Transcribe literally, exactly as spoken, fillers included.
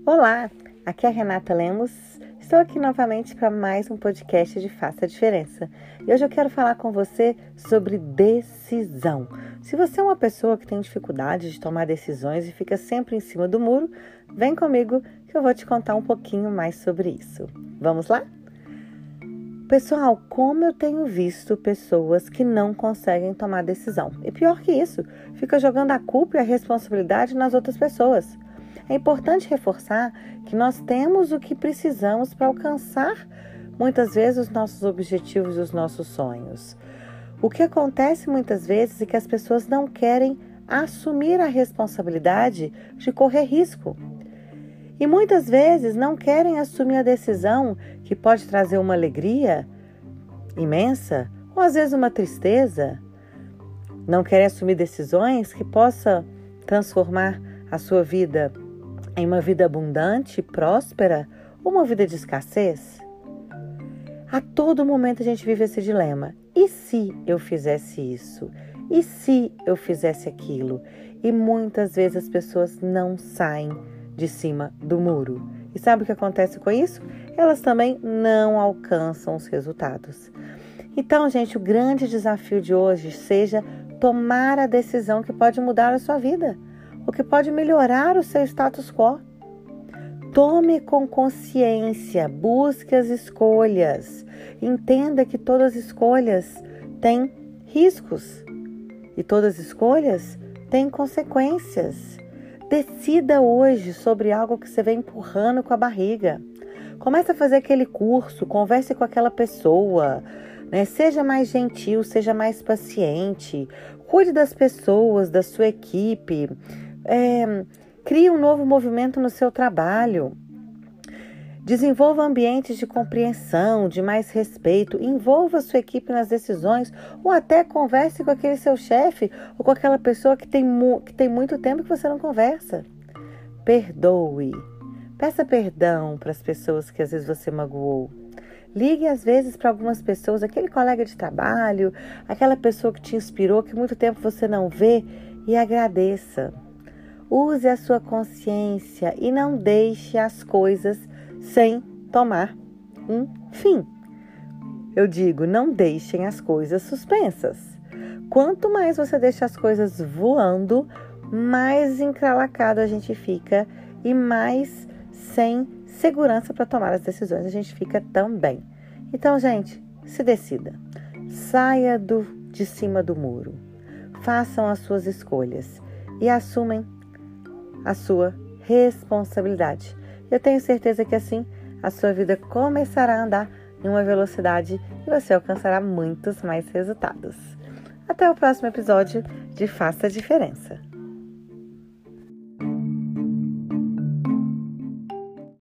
Olá, aqui é a Renata Lemos, estou aqui novamente para mais um podcast de Faça a Diferença. E hoje eu quero falar com você sobre decisão. Se você é uma pessoa que tem dificuldade de tomar decisões e fica sempre em cima do muro, vem comigo que eu vou te contar um pouquinho mais sobre isso. Vamos lá? Pessoal, como eu tenho visto pessoas que não conseguem tomar decisão. E pior que isso, fica jogando a culpa e a responsabilidade nas outras pessoas. É importante reforçar que nós temos o que precisamos para alcançar muitas vezes os nossos objetivos e os nossos sonhos. O que acontece muitas vezes é que as pessoas não querem assumir a responsabilidade de correr risco. E muitas vezes não querem assumir a decisão que pode trazer uma alegria imensa ou às vezes uma tristeza. Não querem assumir decisões que possam transformar a sua vida em uma vida abundante, próspera ou uma vida de escassez. A todo momento a gente vive esse dilema. E se eu fizesse isso? E se eu fizesse aquilo? E muitas vezes as pessoas não saem de cima do muro. E sabe o que acontece com isso? Elas também não alcançam os resultados. Então, gente, o grande desafio de hoje seja tomar a decisão que pode mudar a sua vida, o que pode melhorar o seu status quo. Tome com consciência, busque as escolhas. Entenda que todas as escolhas têm riscos e todas as escolhas têm consequências. Decida hoje sobre algo que você vem empurrando com a barriga. Comece a fazer aquele curso, converse com aquela pessoa, né? Seja mais gentil, seja mais paciente, cuide das pessoas, da sua equipe, é, crie um novo movimento no seu trabalho. Desenvolva ambientes de compreensão, de mais respeito, envolva a sua equipe nas decisões ou até converse com aquele seu chefe ou com aquela pessoa que tem, mu- que tem muito tempo que você não conversa. Perdoe. Peça perdão para as pessoas que às vezes você magoou. Ligue às vezes para algumas pessoas, aquele colega de trabalho, aquela pessoa que te inspirou, que muito tempo você não vê, e agradeça. Use a sua consciência e não deixe as coisas sem tomar um fim. Eu digo, não deixem as coisas suspensas. Quanto mais você deixa as coisas voando, mais encralacado a gente fica e mais sem segurança para tomar as decisões a gente fica também. Então, gente, se decida. Saia do, de cima do muro. Façam as suas escolhas e assumem a sua responsabilidade. Eu tenho certeza que assim a sua vida começará a andar em uma velocidade e você alcançará muitos mais resultados. Até o próximo episódio de Faça a Diferença.